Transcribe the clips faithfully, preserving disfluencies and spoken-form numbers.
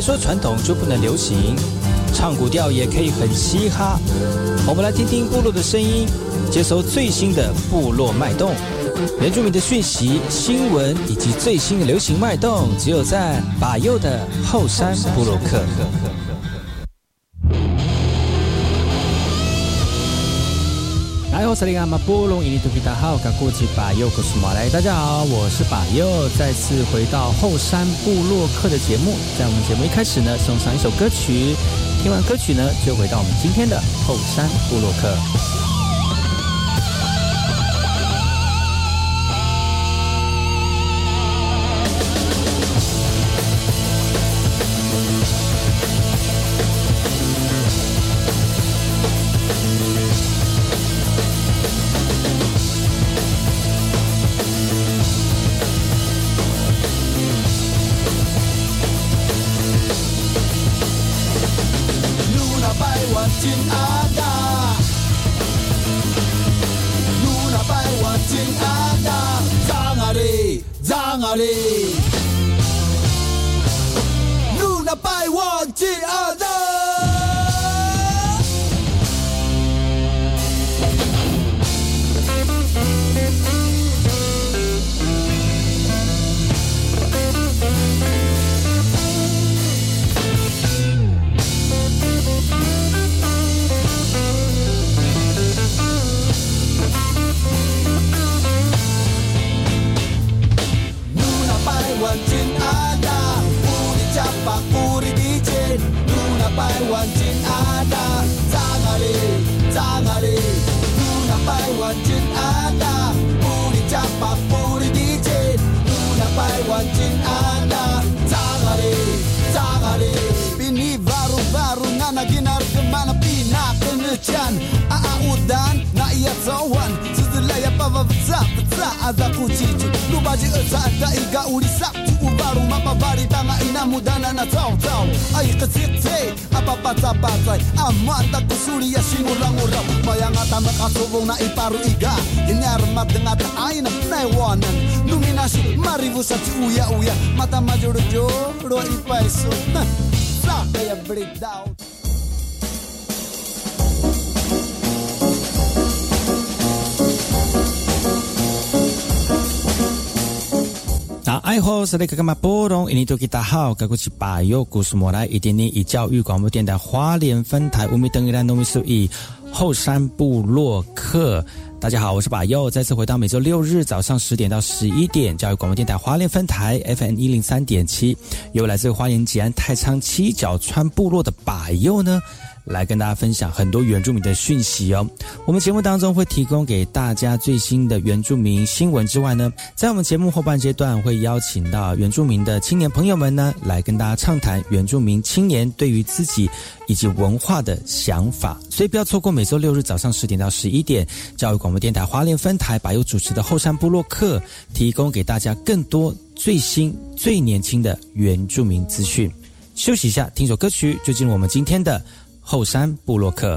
说传统就不能流行，唱古调也可以很嘻哈。我们来听听部落的声音，接收最新的部落脉动，原住民的讯息、新闻以及最新的流行脉动，只有在把右的后山部落客。来，我是林阿马波隆，印尼土著大号，噶过去把右可是马来。大家好，我是把右，再次回到后山部落客的节目。在我们节目一开始呢，送上一首歌曲，听完歌曲呢，就回到我们今天的后山部落客。 Luna by one, G other. Puri D J Luna by one Jin ada Zangari Zangari Luna by one Jin ada Puri Japa Puri D J Luna by one Jin ada Zangari Zangari Bini baru-baru ngana ginar kemana pina kenecan Aa udan na iya zawan Sezelaya pava betsa betsa ada kucicu Lubaji eza ada iga uli sabtu Ubaru mapa bari tanga ina mudana na tau tau Ay kesite apa patsa-patsai Amanda kusuri ya singurang-urang Mayangata makasubong na iparu iga Inyarmat dengata aina naiwanan Nominasi maribu sa uya-uya Mata majoro-joro ipaiso Sa kaya breakdown 那爱好是那个干嘛波隆，印尼多吉大好，该过去把右故事莫来，一点点以教育广播电台花莲分台乌米登伊兰农民数以后山部落客。大家好，我是把右，再次回到每周六日早上十点到十一点，教育广播电台花莲分台 F M 一零三点七，由来自花莲吉安太仓七角川部落的把右呢。来跟大家分享很多原住民的讯息哦。我们节目当中会提供给大家最新的原住民新闻之外呢，在我们节目后半阶段会邀请到原住民的青年朋友们呢，来跟大家畅谈原住民青年对于自己以及文化的想法。所以不要错过每周六日早上十点到十一点，教育广播电台花莲分台把佑主持的后山部落客，提供给大家更多最新最年轻的原住民资讯。休息一下，听首歌曲，就进入我们今天的后山部落客。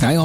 大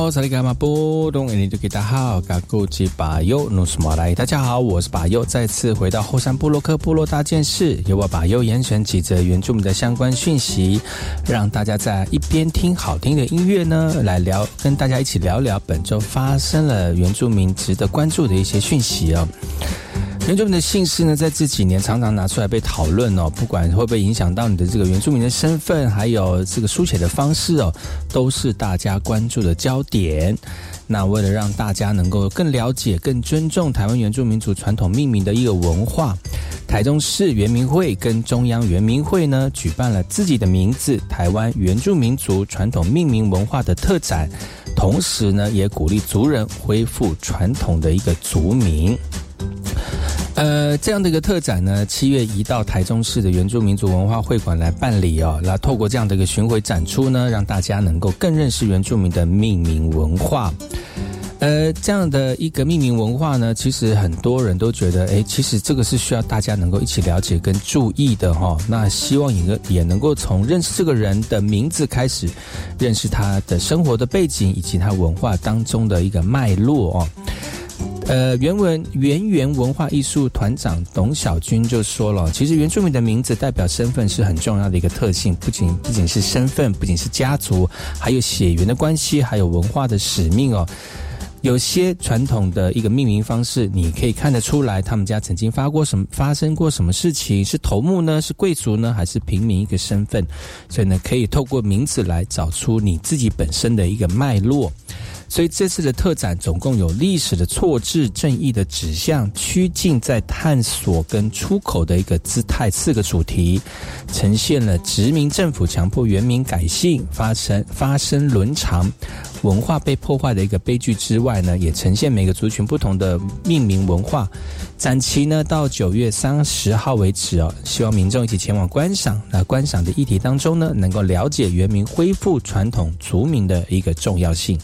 家好，我是巴佑，再次回到后山部落客部落大件事，由我巴佑严选几则原住民的相关讯息，让大家在一边听好听的音乐呢，来聊，跟大家一起聊聊本周发生了原住民值得关注的一些讯息哦。原住民的姓氏呢，在这几年常常拿出来被讨论哦，不管会不会影响到你的这个原住民的身份，还有这个书写的方式哦，都是大家关注的焦点。那为了让大家能够更了解、更尊重台湾原住民族传统命名的一个文化，台中市原民会跟中央原民会呢，举办了自己的名字台湾原住民族传统命名文化的特展，同时呢，也鼓励族人恢复传统的一个族名。呃，这样的一个特展呢，七月移到台中市的原住民族文化会馆来办理哦。那透过这样的一个巡回展出呢，让大家能够更认识原住民的命名文化。呃，这样的一个命名文化呢，其实很多人都觉得，诶，其实这个是需要大家能够一起了解跟注意的哈、哦。那希望也也能够从认识这个人的名字开始，认识他的生活的背景以及他文化当中的一个脉络哦。呃，原文原原文化艺术团长董小军就说了，其实原住民的名字代表身份是很重要的一个特性，不仅不仅是身份，不仅是家族，还有血缘的关系，还有文化的使命哦。有些传统的一个命名方式，你可以看得出来，他们家曾经发过什么发生过什么事情，是头目呢，是贵族呢，还是平民一个身份？所以呢，可以透过名字来找出你自己本身的一个脉络。所以这次的特展总共有历史的错置、正义的指向、趋近在探索跟出口的一个姿态四个主题，呈现了殖民政府强迫原民改姓、发生发生伦常、文化被破坏的一个悲剧之外呢，也呈现每个族群不同的命名文化。展期呢到九月三十号为止哦，希望民众一起前往观赏。那观赏的议题当中呢，能够了解原民恢复传统族名的一个重要性。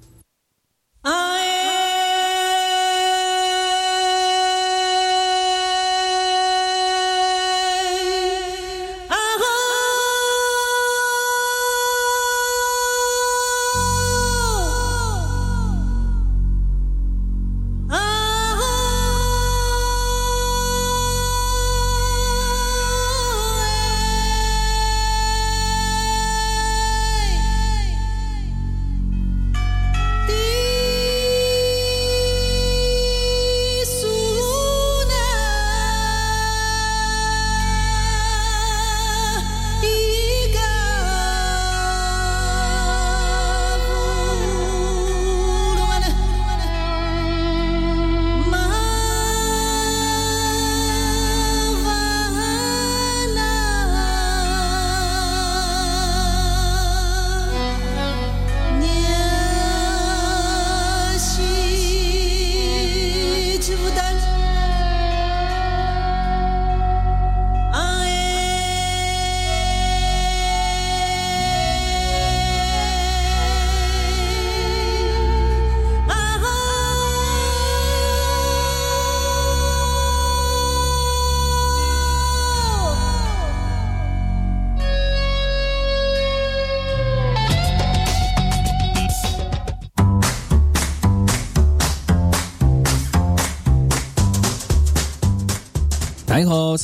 大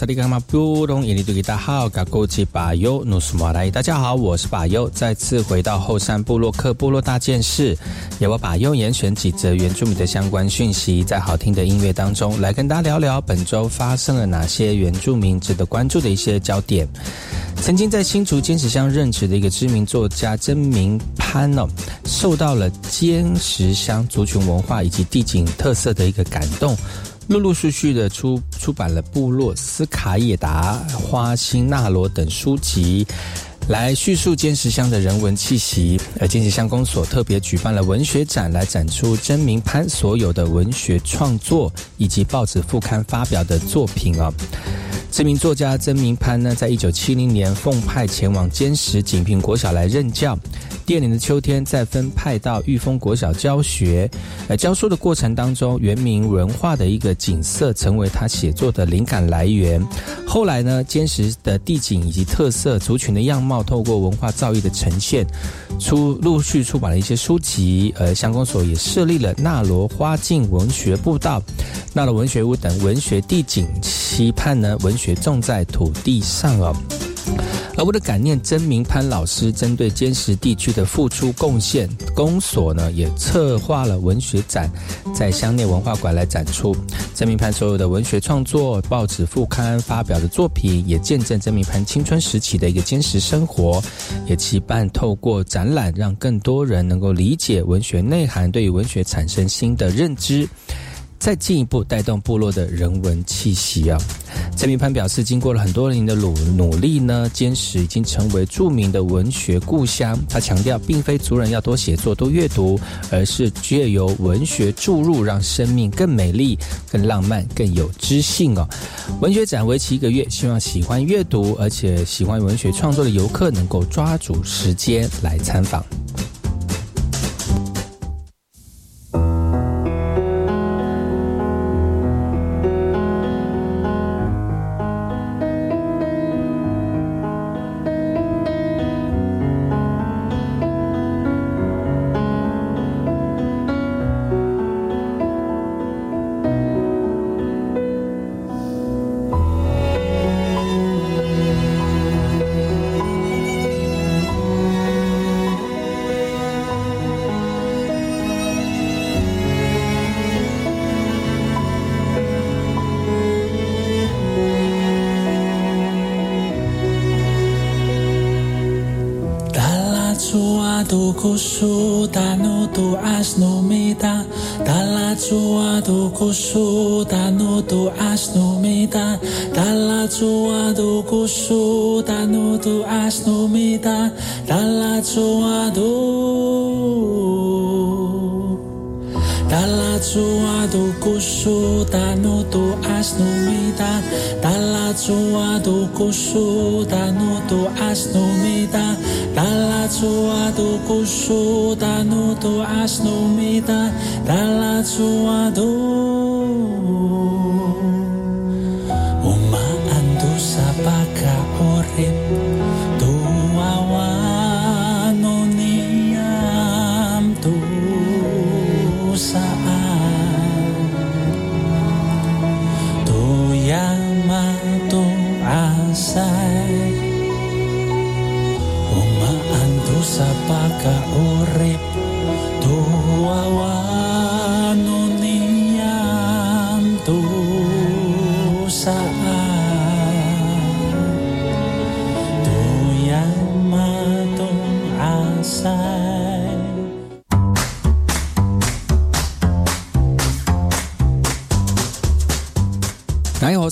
家好，我是巴佑，再次回到后山部落客部落大件事，由我巴佑严选几则原住民的相关讯息，在好听的音乐当中来跟大家聊聊本周发生了哪些原住民值得关注的一些焦点。曾经在新竹尖石乡任职的一个知名作家曾明潘哦，受到了尖石乡族群文化以及地景特色的一个感动，陆陆续续的出出版了《部落斯卡叶达》《花心纳罗》等书籍，来叙述尖石乡的人文气息。而尖石乡公所特别举办了文学展，来展出曾明潘所有的文学创作以及报纸副刊发表的作品哦。知名作家曾明潘呢，在一九七零年奉派前往尖石锦屏国小来任教， 第二年的秋天再分派到玉峰国小教学。呃，教书的过程当中，原民文化的一个景色成为他写作的灵感来源。后来呢，坚实的地景以及特色族群的样貌，透过文化造诣的呈现，出陆续出版了一些书籍。呃，乡公所也设立了纳罗花境文学步道、纳罗文学屋等文学地景，期盼呢文学种在土地上哦。而为了感念曾明潘老师针对坚实地区的付出贡献，公所呢也策划了文学展，在乡内文化馆来展出曾明潘所有的文学创作、报纸副刊发表的作品，也见证曾明潘青春时期的一个坚实生活，也期盼透过展览让更多人能够理解文学内涵，对于文学产生新的认知，再进一步带动部落的人文气息啊。曾明潘表示，经过了很多年的努努力呢，坚实已经成为著名的文学故乡。他强调，并非族人要多写作、多阅读，而是借由文学注入，让生命更美丽、更浪漫、更有知性哦。文学展为期一个月，希望喜欢阅读而且喜欢文学创作的游客能够抓住时间来参访。 Kusu tanu tu asnu mita Dala chua tu kusu tanu tu asnu mita Dala chua tu kusu tanu tu asnu mita Dala chua tu Dala chua tu kusu tanu tu asnu mita Dala chua tu kusu tanu tu asnu mita Dala chua tu kusu tanu tu asnu mita Dala chua tu Umaan tu sa pagkaurip Tu awano niyam tu saan Tu yama tu asay sa pagkaurip tu awano niyam tu saan tu yama tu asay 大家好，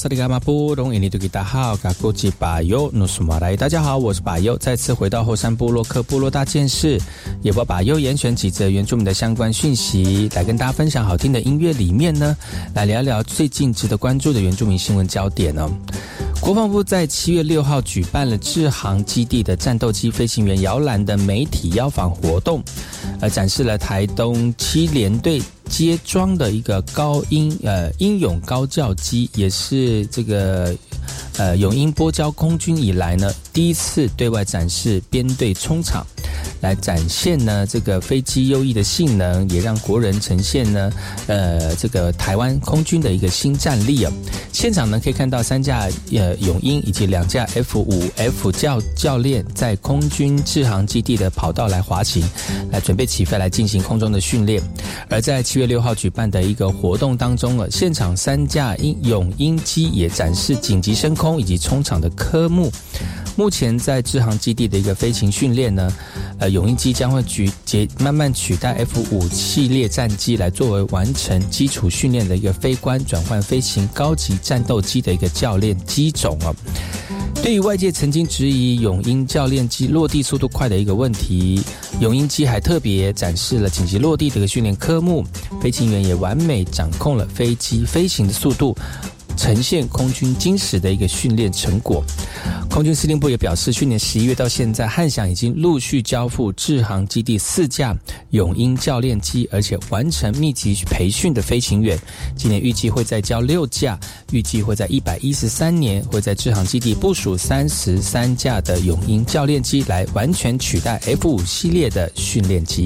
大家好，我是巴佑，再次回到后山部落客部落大件事，也把巴佑严选几则原住民的相关讯息，来跟大家分享好听的音乐里面呢，来聊聊最近值得关注的原住民新闻焦点哦。国防部在七月六号举办了志航基地的战斗机飞行员摇篮的媒体邀访活动，呃，展示了台东七联队接装的一个高音呃英勇高教机，也是这个呃永英波交空军以来呢第一次对外展示编队冲场，来展现呢这个飞机优异的性能，也让国人呈现呢呃这个台湾空军的一个新战力啊。现场呢可以看到三架呃永鹰以及两架 F 五 F 教教练在空军志航基地的跑道来滑行，来准备起飞来进行空中的训练。而在七月六号举办的一个活动当中啊，现场三架永鹰机也展示紧急升空以及冲场的科目。目前在志航基地的一个飞行训练呢，呃，永鹰机将会举接慢慢取代 F 五 系列战机来作为完成基础训练的一个飞官转换飞行高级战斗机的一个教练机种哦。对于外界曾经质疑永鹰教练机落地速度快的一个问题，永鹰机还特别展示了紧急落地的一个训练科目，飞行员也完美掌控了飞机飞行的速度。 呈现空军精实的一个训练成果。空军司令部也表示，去年十一月到现在，汉翔已经陆续交付制航基地四架永鹰教练机，而且完成密集培训的飞行员。今年预计会再交六架，预计会在一百一十三年会在制航基地部署三十三架的永鹰教练机，来完全取代 F 五 系列的训练机。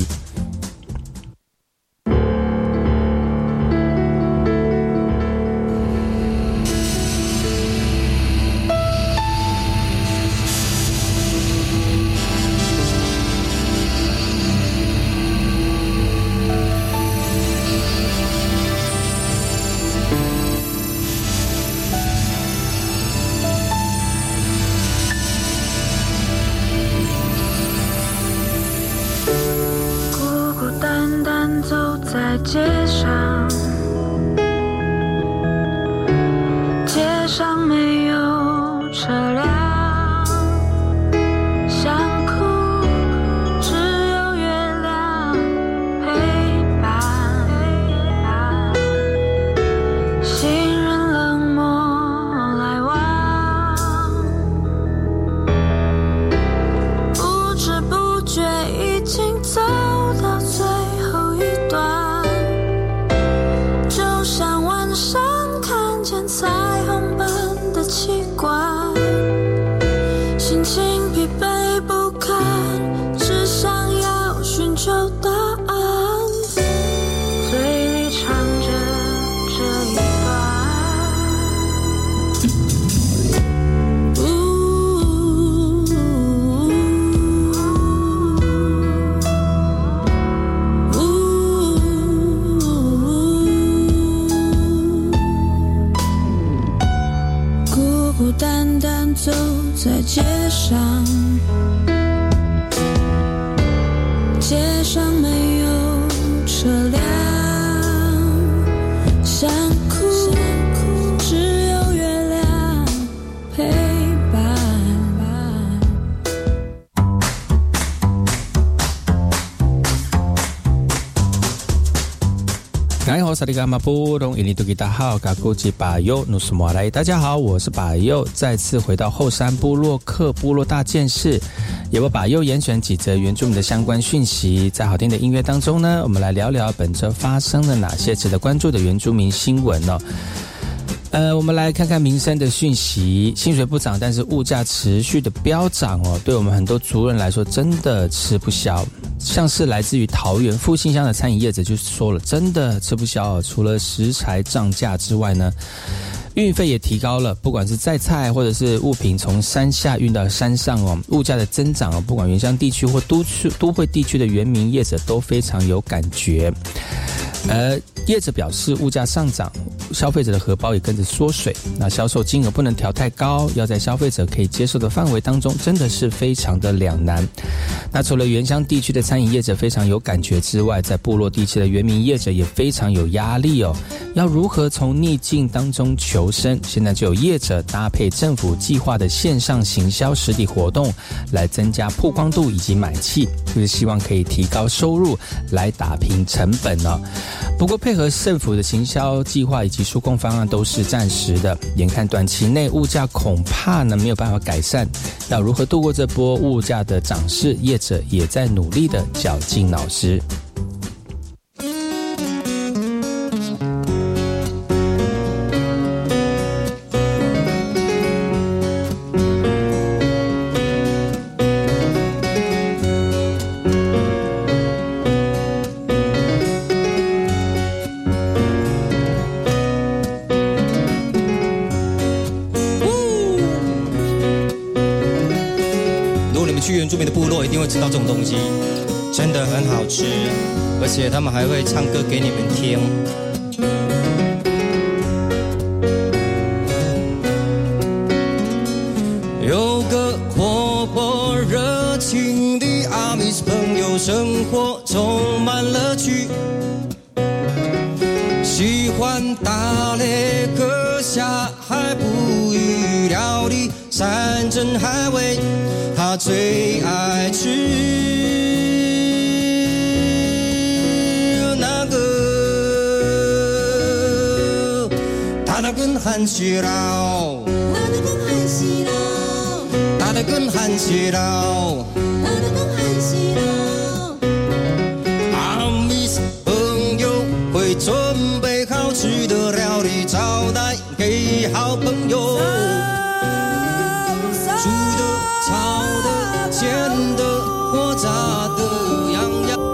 街上，街上没有车辆，想哭只有月亮陪伴，行人冷漠来往，不知不觉已经走到最后一段。彩虹般的奇怪，心情疲惫不堪，只想要寻求答案，嘴里唱着这一段。孤孤单单走在街上，街上没有车辆，想哭只有月亮陪伴。 哎，我是你干嘛不懂？印尼多吉大好，嘎古吉巴尤努斯莫来。大家好，我是巴尤，再次回到后山部落客部落大件事，也为巴尤严选几则原住民的相关讯息。在好听的音乐当中呢，我们来聊聊本周发生了哪些值得关注的原住民新闻哦。呃，我们来看看民生的讯息。薪水不涨，但是物价持续的飙涨哦，对我们很多族人来说真的吃不消。像是来自于桃园复兴乡的餐饮业者就说了，真的吃不消哦。除了食材涨价之外呢，运费也提高了，不管是在菜或者是物品从山下运到山上哦，物价的增长哦，不管原乡地区或都区都会地区的原民业者都非常有感觉。呃，业者表示，物价上涨，消费者的荷包也跟着缩水。那销售金额不能调太高，要在消费者可以接受的范围当中，真的是非常的两难。那除了原乡地区的餐饮业者非常有感觉之外，在部落地区的原民业者也非常有压力哦。要如何从逆境当中求生？现在就有业者搭配政府计划的线上行销实体活动，来增加曝光度以及买气，就是希望可以提高收入，来打平成本哦。不过配合政府的行销计划以及纾困方案都是暂时的，眼看短期内物价恐怕呢没有办法改善，要如何度过这波物价的涨势，业者也在努力的绞尽脑汁。 原住民的部落一定会知道这种东西，真的很好吃，而且他们还会唱歌给你们听。有个活泼热情的阿米斯朋友，生活充满乐趣，喜欢打猎、割下海捕鱼、料理山珍海味，他最爱吃那个他那个更寒血了， 打得更寒血了， 打得更寒血了， 打得更寒血了。 阿弥朋友会准备好吃的料理招待给好朋友，煮的、炒的、煎的或炸的，样样。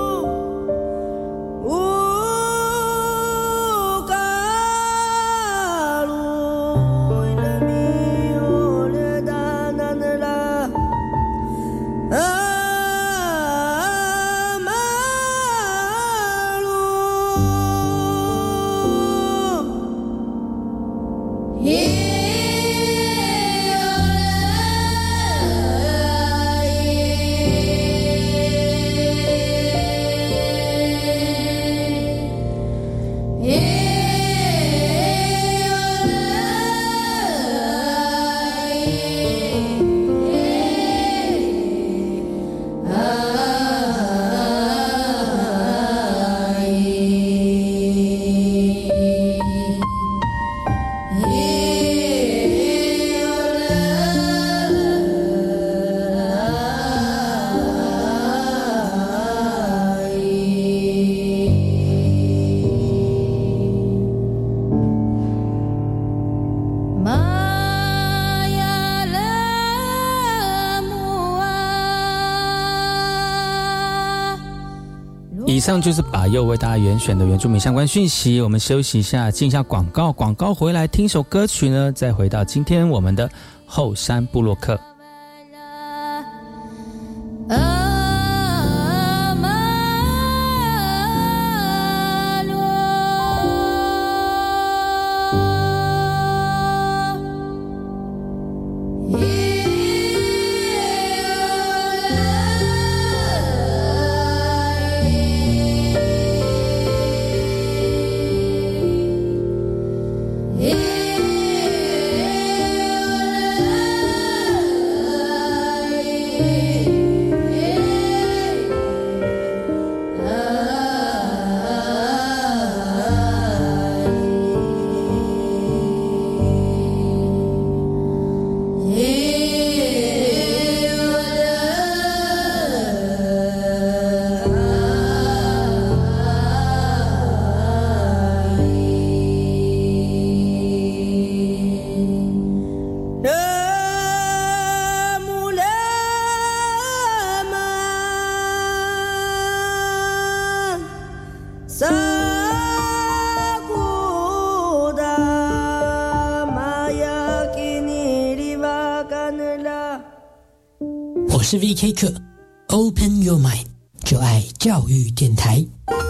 以上就是把佑为大家严选的原住民相关讯息。我们休息一下，进一下广告，广告回来听首歌曲呢，再回到今天我们的后山部落客。 我是 V K 客 ，Open Your Mind， 就爱教育电台。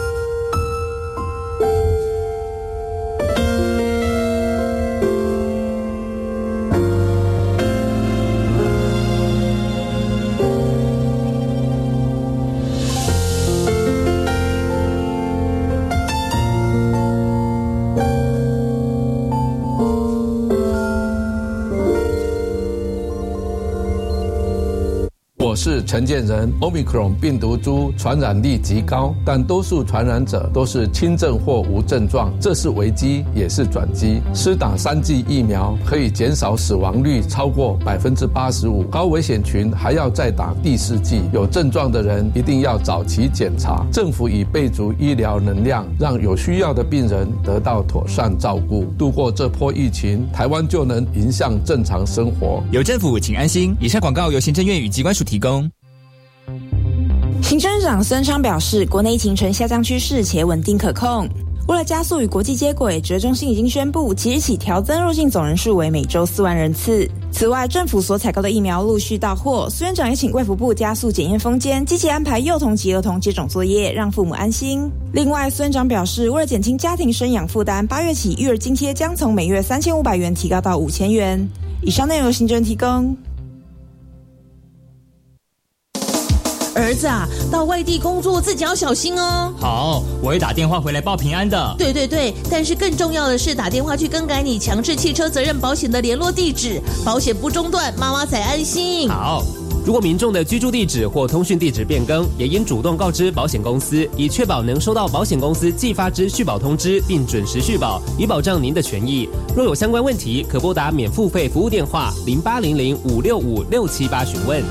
我是陈建仁 ，Omicron 病毒株传染力极高，但多数传染者都是轻症或无症状，这是危机也是转机。施打三剂疫苗可以减少死亡率超过百分之八十五，高危险群还要再打第四剂。有症状的人一定要早期检查。政府已备足医疗能量，让有需要的病人得到妥善照顾。度过这波疫情，台湾就能迎向正常生活。 有政府，请安心。以上广告由行政院与机关署提供。 行政长孙昌表示，国内疫情呈下降趋势且稳定可控。为了加速与国际接轨，指挥中心已经宣布，即日起调增入境总人数为每周四万人次。此外，政府所采购的疫苗陆续到货，孙院长也请卫福部加速检验封监，积极安排幼童及儿童接种作业，让父母安心。另外，孙院长表示，为了减轻家庭生养负担，八月起育儿津贴将从每月三千五百元提高到五千元。以上内容由行政提供。 儿子啊，到外地工作自己要小心哦。 好，我会打电话回来报平安的。 对对对，但是更重要的是打电话去更改你强制汽车责任保险的联络地址，保险不中断，妈妈才安心。 好， 如果民众的居住地址或通讯地址变更，也应主动告知保险公司，以确保能收到保险公司寄发之续保通知，并准时续保，以保障您的权益。若有相关问题，可拨打免付费服务电话零八零零五六五六七八询问。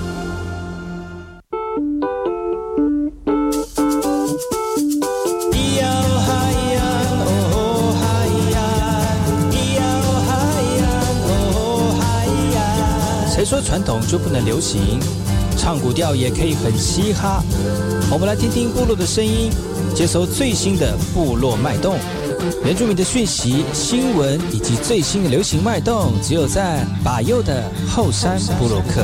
谁说传统就不能流行？唱古调也可以很嘻哈。我们来听听部落的声音，接收最新的部落脉动、原住民的讯息、新闻以及最新的流行脉动，只有在把右的后山部落克。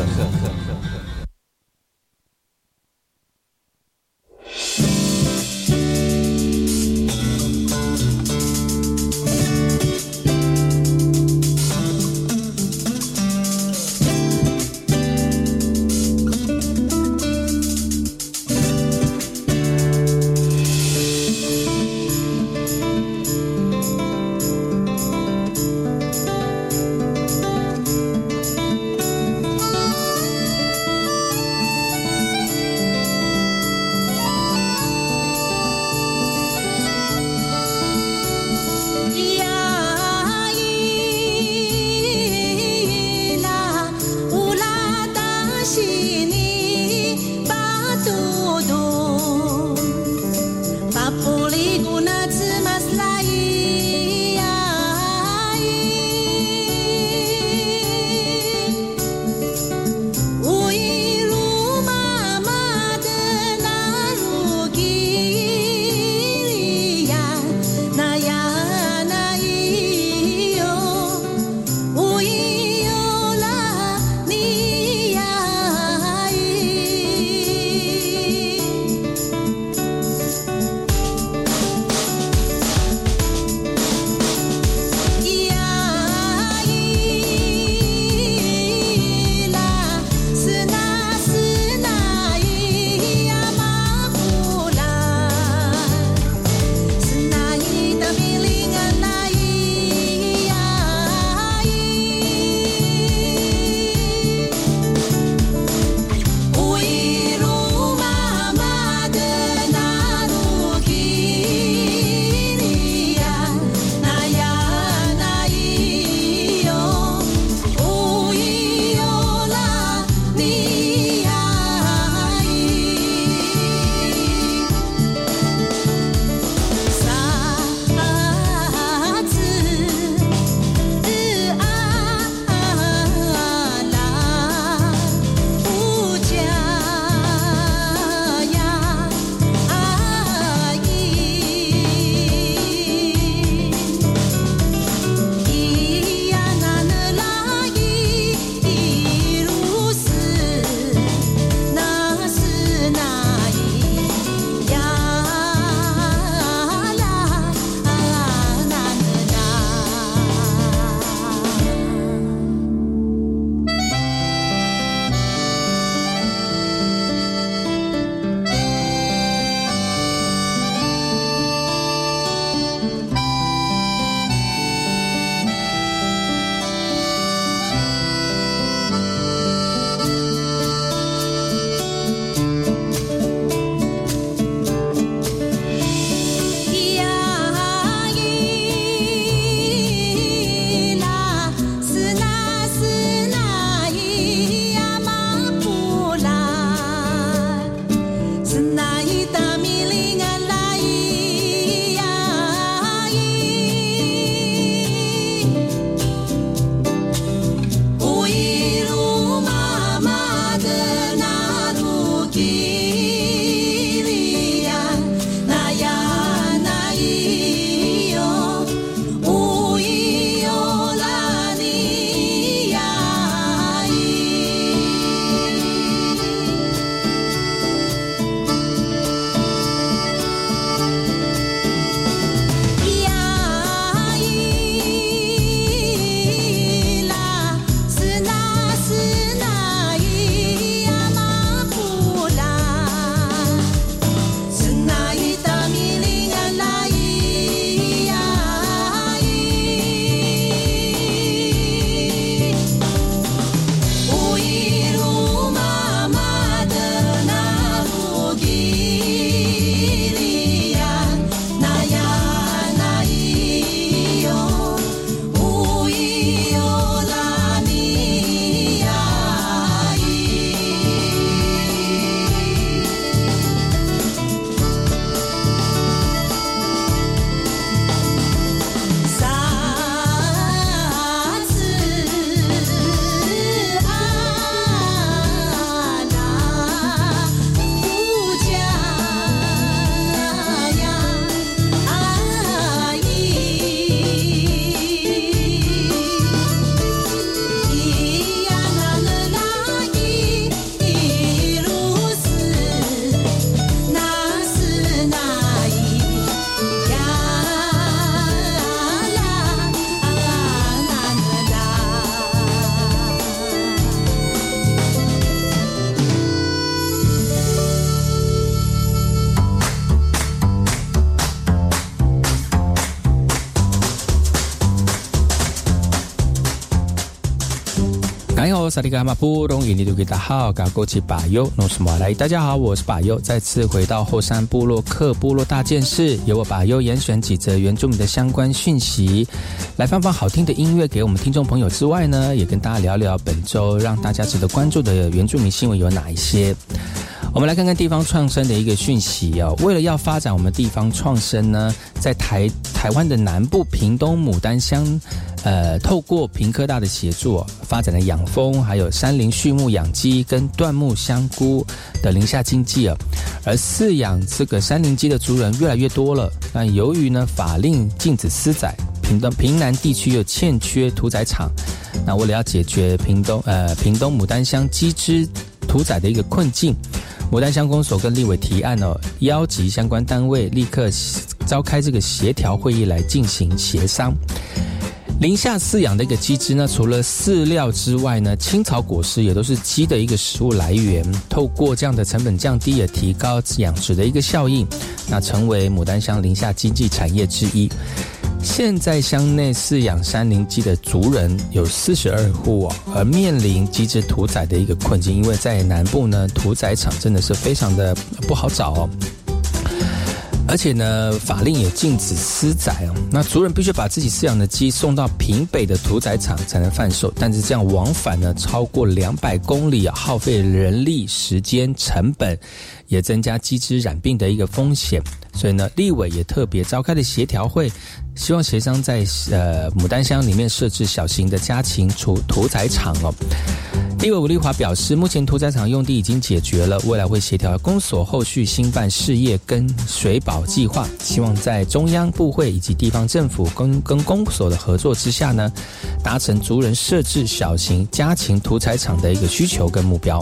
萨利卡马布隆，印尼多吉达好，嘎过去巴尤诺什么来？大家好，我是巴尤，再次回到后山部落克部落大件事，由我巴尤严选几则原住民的相关讯息，来放放好听的音乐给我们听众朋友之外呢，也跟大家聊聊本周让大家值得关注的原住民新闻有哪一些。我们来看看地方创生的一个讯息哦。为了要发展我们地方创生呢，在台台湾的南部屏东牡丹乡，呃，透过屏科大的协助、哦，发展了养蜂，还有山林畜牧养鸡跟椴木香菇的林下经济哦。而饲养这个山林鸡的族人越来越多了。那由于呢法令禁止私宰，屏东屏南地区又欠缺屠宰场，那为了要解决屏东呃屏东牡丹乡鸡只屠宰的一个困境。牡丹乡公所跟立委提案哦，邀集相关单位立刻召开这个协调会议来进行协商。林下饲养的一个鸡只呢，除了饲料之外呢，青草果实也都是鸡的一个食物来源。透过这样的成本降低，也提高养殖的一个效应，那成为牡丹乡林下经济产业之一。现在乡内饲养山林鸡的族人有四十二户哦，而面临鸡只屠宰的一个困境，因为在南部呢，屠宰场真的是非常的不好找哦。而且呢，法令也禁止私宰哦。那族人必须把自己饲养的鸡送到屏北的屠宰场才能贩售，但是这样往返呢超过两百公里啊，耗费人力、时间、成本，也增加鸡只染病的一个风险。所以呢，立委也特别召开了协调会，希望协商在呃牡丹乡里面设置小型的家禽屠屠宰场哦。立委吴立华表示，目前屠宰场用地已经解决了，未来会协调公所后续兴办事业跟水保计划，希望在中央部会以及地方政府跟跟公所的合作之下呢，达成族人设置小型家禽屠宰场的一个需求跟目标。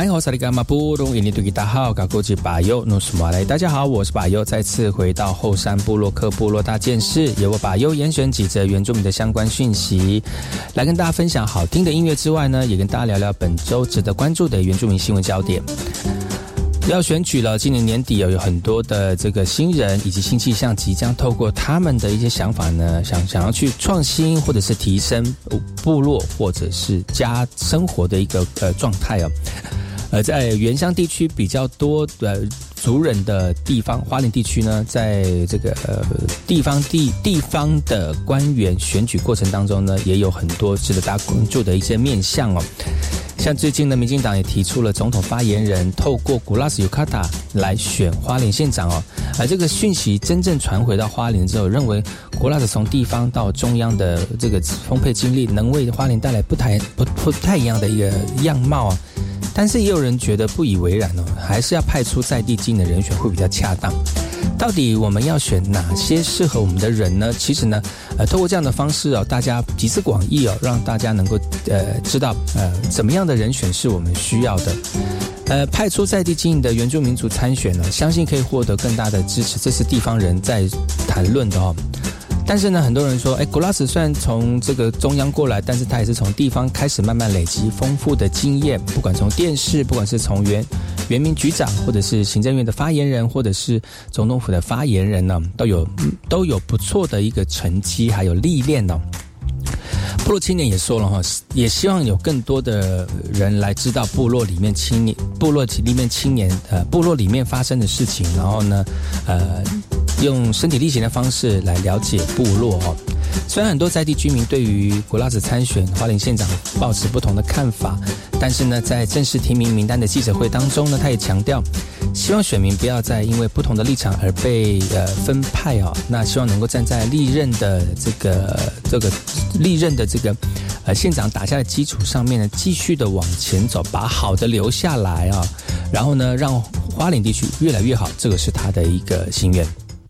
来好，萨利甘马布隆，印尼对大号，嘎古吉巴尤努斯马来。大家好，我是巴尤，再次回到后山部落克部落大件事，由我巴尤严选几则原住民的相关讯息，来跟大家分享好听的音乐之外呢，也跟大家聊聊本周值得关注的原住民新闻焦点。要选举了，今年年底有很多的这个新人以及新气象，即将透过他们的一些想法呢，想想要去创新或者是提升部落或者是家生活的一个呃状态哦。呃，在原乡地区比较多的族人的地方，花莲地区呢，在这个呃地方地地方的官员选举过程当中呢，也有很多值得大家关注的一些面向哦。像最近的民进党也提出了总统发言人透过古拉斯尤卡塔来选花莲县长哦，而这个讯息真正传回到花莲之后，认为古拉斯从地方到中央的这个丰沛经历，能为花莲带来不太不不太一样的一个样貌啊。但是也有人觉得不以为然哦，还是要派出在地精的人选会比较恰当。到底我们要选哪些适合我们的人呢？其实呢，呃，透过这样的方式哦，大家集思广益哦，让大家能够呃知道呃怎么样的人选是我们需要的。呃，派出在地经营的原住民族参选呢，相信可以获得更大的支持，这是地方人在谈论的哦。但是呢，很多人说，哎，古拉斯虽然从这个中央过来，但是他也是从地方开始慢慢累积丰富的经验，不管从电视，不管是从原原民局长，或者是行政院的发言人，或者是总统府的发言人呢，都有都有不错的一个成绩，还有历练哦。部落青年也说了哈，也希望有更多的人来知道部落里面青年、部落里面青年呃部落里面发生的事情，然后呢，呃。用身体力行的方式来了解部落哦。虽然很多在地居民对于古拉斯参选花莲县长抱持不同的看法，但是呢，在正式提名名单的记者会当中呢，他也强调，希望选民不要再因为不同的立场而被呃分派哦。那希望能够站在历任的这个这个历任的这个呃县长打下的基础上面呢，继续的往前走，把好的留下来啊，然后呢，让花莲地区越来越好，这个是他的一个心愿。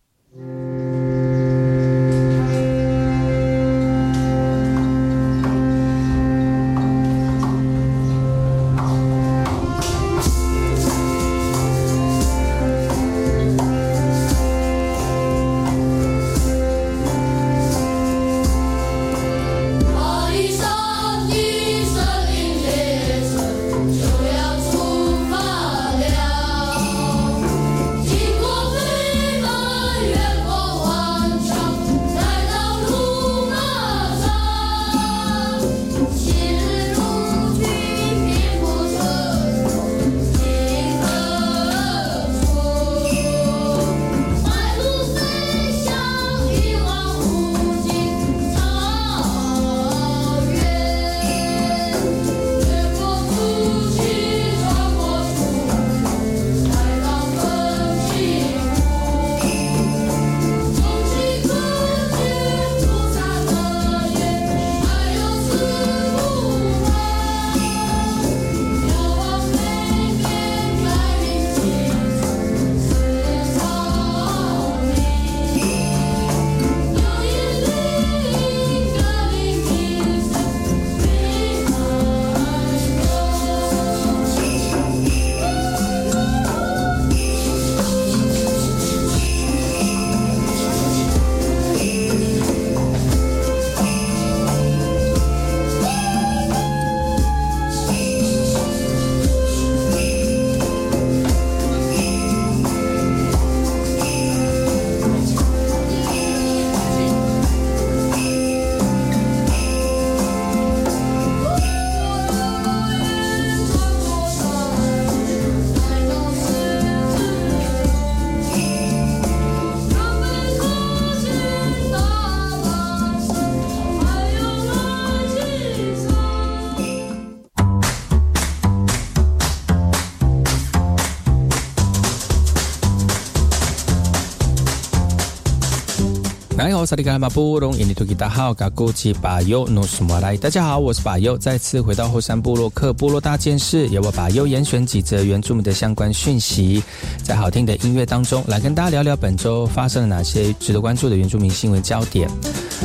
大家好，我是巴尤，再次回到后山部落克部落大件事，由我巴尤严选几则原住民的相关讯息，在好听的音乐当中来跟大家聊聊本周发生了哪些值得关注的原住民新闻焦点。前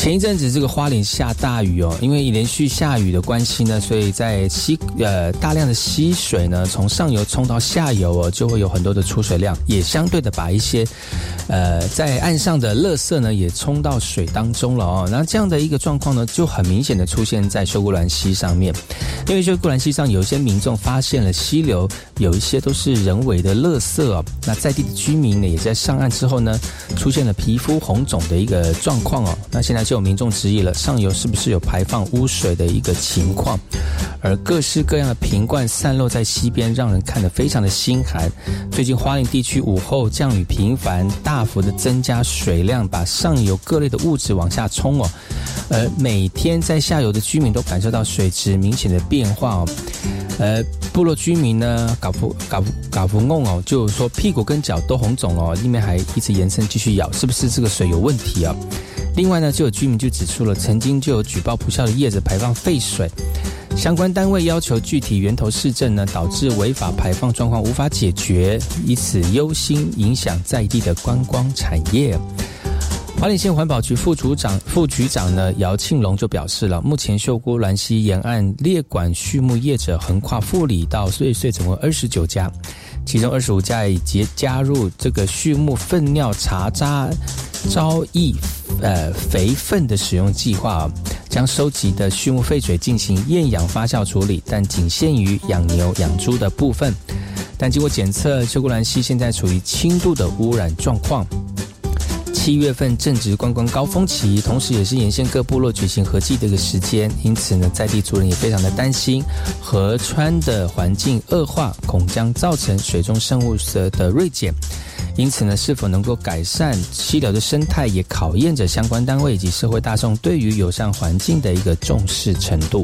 前一阵子这个花莲下大雨哦，因为连续下雨的关系呢，所以在溪呃大量的溪水呢从上游冲到下游哦，就会有很多的出水量，也相对的把一些呃在岸上的垃圾呢也冲到水当中了哦。那这样的一个状况呢，就很明显的出现在秀姑峦溪上面，因为秀姑峦溪上有一些民众发现了溪流有一些都是人为的垃圾哦，那在地的居民呢也在上岸之后呢，出现了皮肤红肿的一个状况哦。那现在就有民众质疑了，上游是不是有排放污水的一个情况？而各式各样的瓶罐散落在溪边，让人看得非常的心寒。最近花莲地区午后降雨频繁，大幅的增加水量，把上游各类的物质往下冲哦。而每天在下游的居民都感受到水质明显的变化哦。呃，部落居民呢，搞不搞不搞不弄哦，就说屁股跟脚都红肿哦，里面还一直延伸继续咬，是不是这个水有问题啊？另外呢，就有居民就指出了，曾经就有举报不肖的业者排放废水，相关单位要求具体源头市政呢，导致违法排放状况无法解决，以此忧心影响在地的观光产业。花莲县环保局副组长副局长呢姚庆龙就表示了，目前秀姑峦溪沿岸列管畜牧业者横跨富里到瑞穗总共二十九家，其中二十五家已经加入这个畜牧粪尿茶渣招易呃肥粪的使用计划，将收集的畜牧废水进行厌氧发酵处理，但仅限于养牛养猪的部分。但经过检测，秀姑峦溪现在处于轻度的污染状况。七月份正值观光高峰期，同时也是沿线各部落举行合祭的一个时间，因此呢，在地族人也非常的担心河川的环境恶化，恐将造成水中生物的锐减。因此呢，是否能够改善溪流的生态，也考验着相关单位以及社会大众对于友善环境的一个重视程度。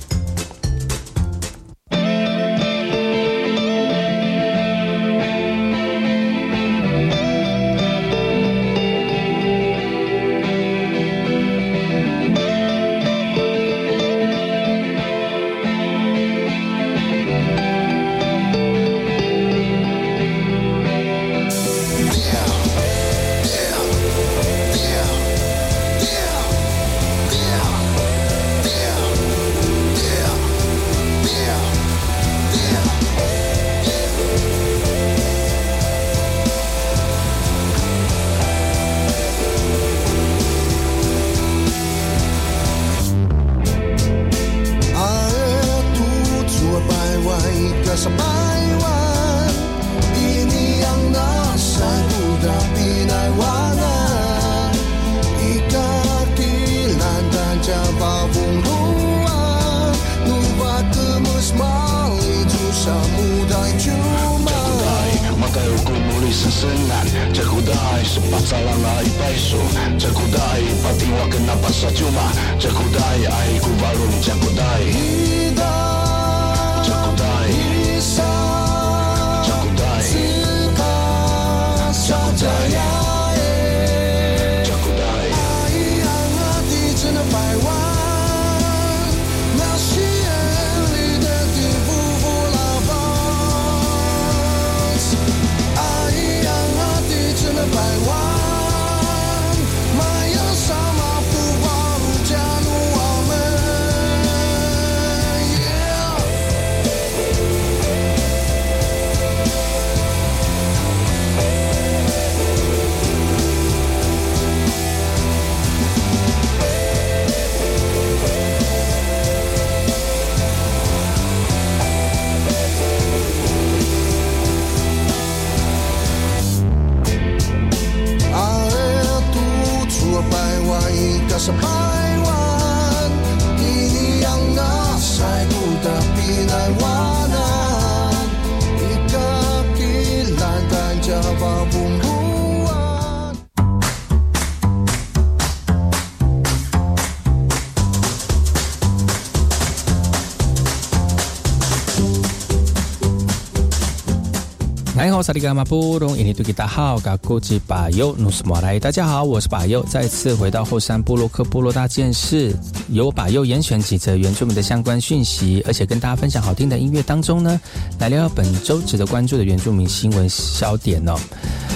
大家好，我是把佑，再次回到后山部落客部落大件事，由把佑严选几则原住民的相关讯息，而且跟大家分享好听的音乐当中呢，来聊聊本周值得关注的原住民新闻焦点哦。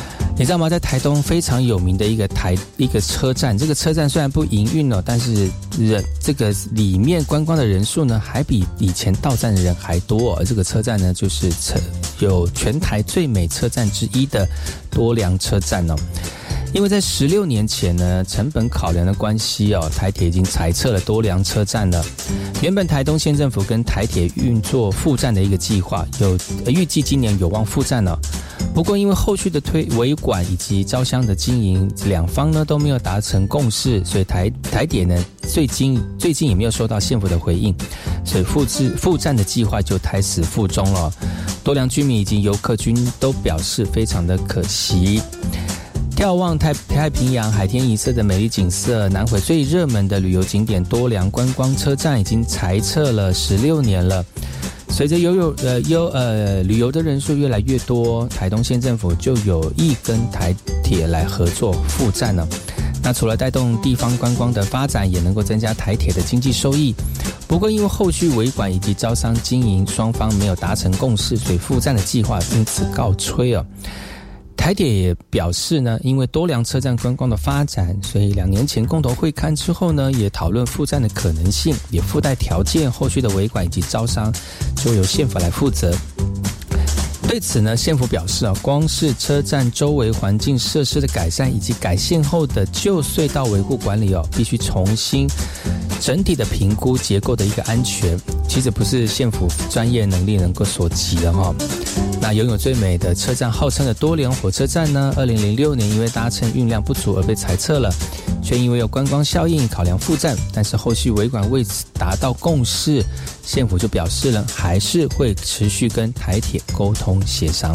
你知道吗？在台东非常有名的一个台一个车站，这个车站虽然不营运哦，但是人这个里面观光的人数呢，还比以前到站的人还多哦。而这个车站呢，就是车有全台最美车站之一的多良车站哦。因为在十六年前呢，成本考量的关系哦，台铁已经裁撤了多良车站了。原本台东县政府跟台铁运作复站的一个计划，有预计今年有望复站了。不过因为后续的推维管以及招商的经营，两方呢都没有达成共识，所以台台铁呢最近最近也没有收到县府的回应，所以复制复站的计划就胎死腹中了。多良居民以及游客均都表示非常的可惜。眺望太太平洋海天一色的美丽景色，南回最热门的旅游景点多良观光车站已经裁撤了十六年了。随着游游呃游呃旅游的人数越来越多，台东县政府就有意跟台铁来合作复站了。那除了带动地方观光的发展，也能够增加台铁的经济收益。不过因为后续维管以及招商经营双方没有达成共识，所以复站的计划因此告吹哦。台铁也表示呢，因为多良车站观光的发展，所以两年前共同会勘之后呢，也讨论复站的可能性，也附带条件，后续的维管以及招商就由县府来负责。对此呢，县府表示啊，光是车站周围环境设施的改善以及改线后的旧隧道维护管理哦，必须重新整体的评估结构的一个安全，其实不是县府专业能力能够所及的哈、哦。那拥有最美的车站号称的多良火车站呢，二零零六年因为搭乘运量不足而被裁撤了，却因为有观光效应考量复站，但是后续维管未达到共识，县府就表示了还是会持续跟台铁沟通协商。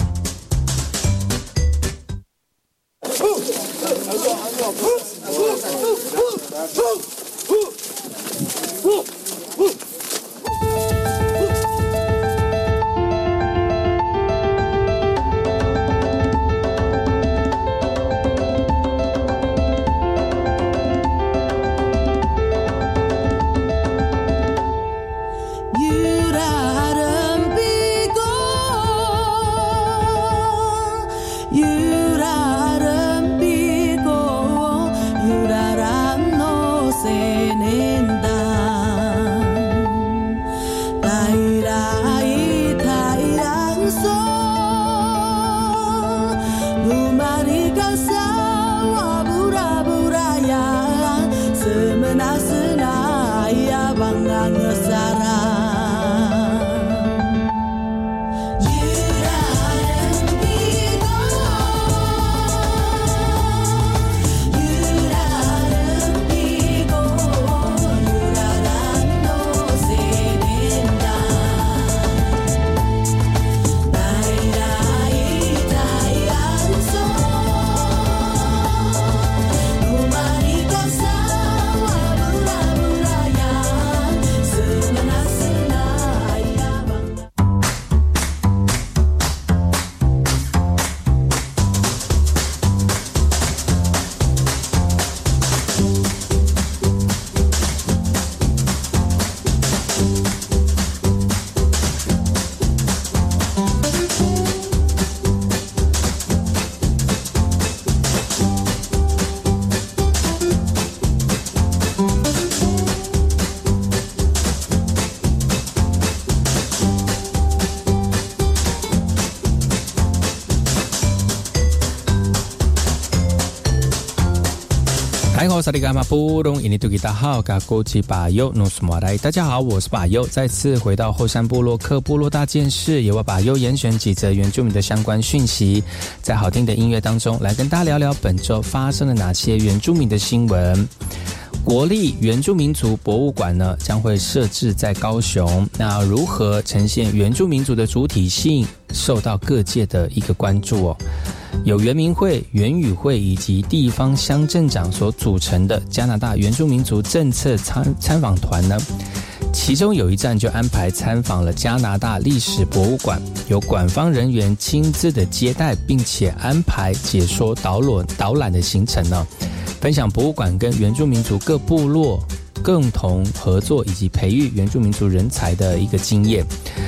大家好，我是巴优，再次回到后山部落客部落大件事，由我巴优严选几则原住民的相关讯息，在好听的音乐当中来跟大家聊聊本周发生了哪些原住民的新闻。国立原住民族博物馆呢将会设置在高雄，那如何呈现原住民族的主体性，受到各界的一个关注哦。有原民会、原语会以及地方乡镇长所组成的加拿大原住民族政策参参访团呢，其中有一站就安排参访了加拿大历史博物馆，由馆方人员亲自的接待，并且安排解说导览导览的行程呢，分享博物馆跟原住民族各部落共同合作以及培育原住民族人才的一个经验。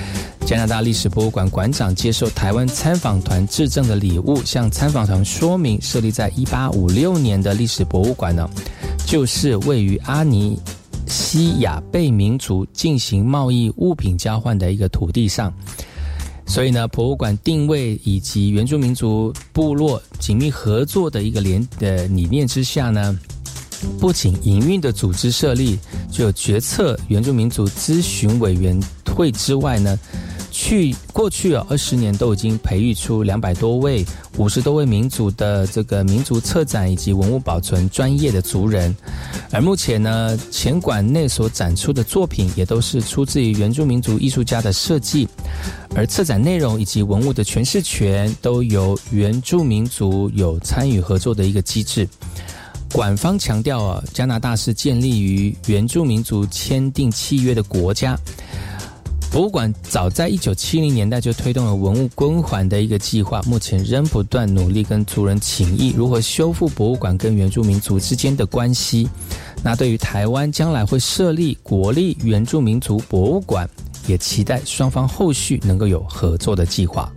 加拿大历史博物馆馆长接受台湾参访团致赠的礼物，向参访团说明设立在一八五六年的历史博物馆呢，就是位于阿尼西亚贝民族进行贸易物品交换的一个土地上。所以呢，博物馆定位以及原住民族部落紧密合作的一个联的理念之下呢，不仅营运的组织设立，就有决策原住民族咨询委员会之外呢，去过去啊二十年都已经培育出两百多位、五十多位民族的这个民族策展以及文物保存专业的族人。而目前呢，前馆内所展出的作品也都是出自于原住民族艺术家的设计，而策展内容以及文物的诠释权都由原住民族有参与合作的一个机制。馆方强调啊，加拿大是建立于原住民族签订契约的国家。博物馆早在一九七零年代就推动了文物归还的一个计划，目前仍不断努力跟族人情谊，如何修复博物馆跟原住民族之间的关系。那对于台湾将来会设立国立原住民族博物馆，也期待双方后续能够有合作的计划。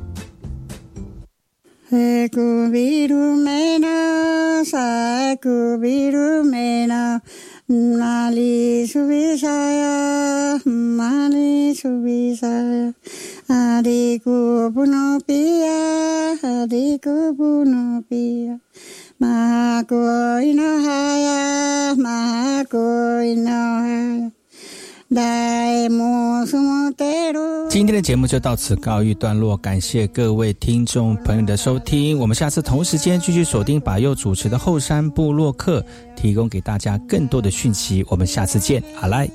Mali subisaya, mali subisaya, adikku bunuh pia, adikku bunuh pia, mahaku inohaya, mahaku inohaya. 今天的节目就到此告一段落，感谢各位听众朋友的收听，我们下次同时间继续锁定把佑主持的后山部落客，提供给大家更多的讯息，我们下次见，好来。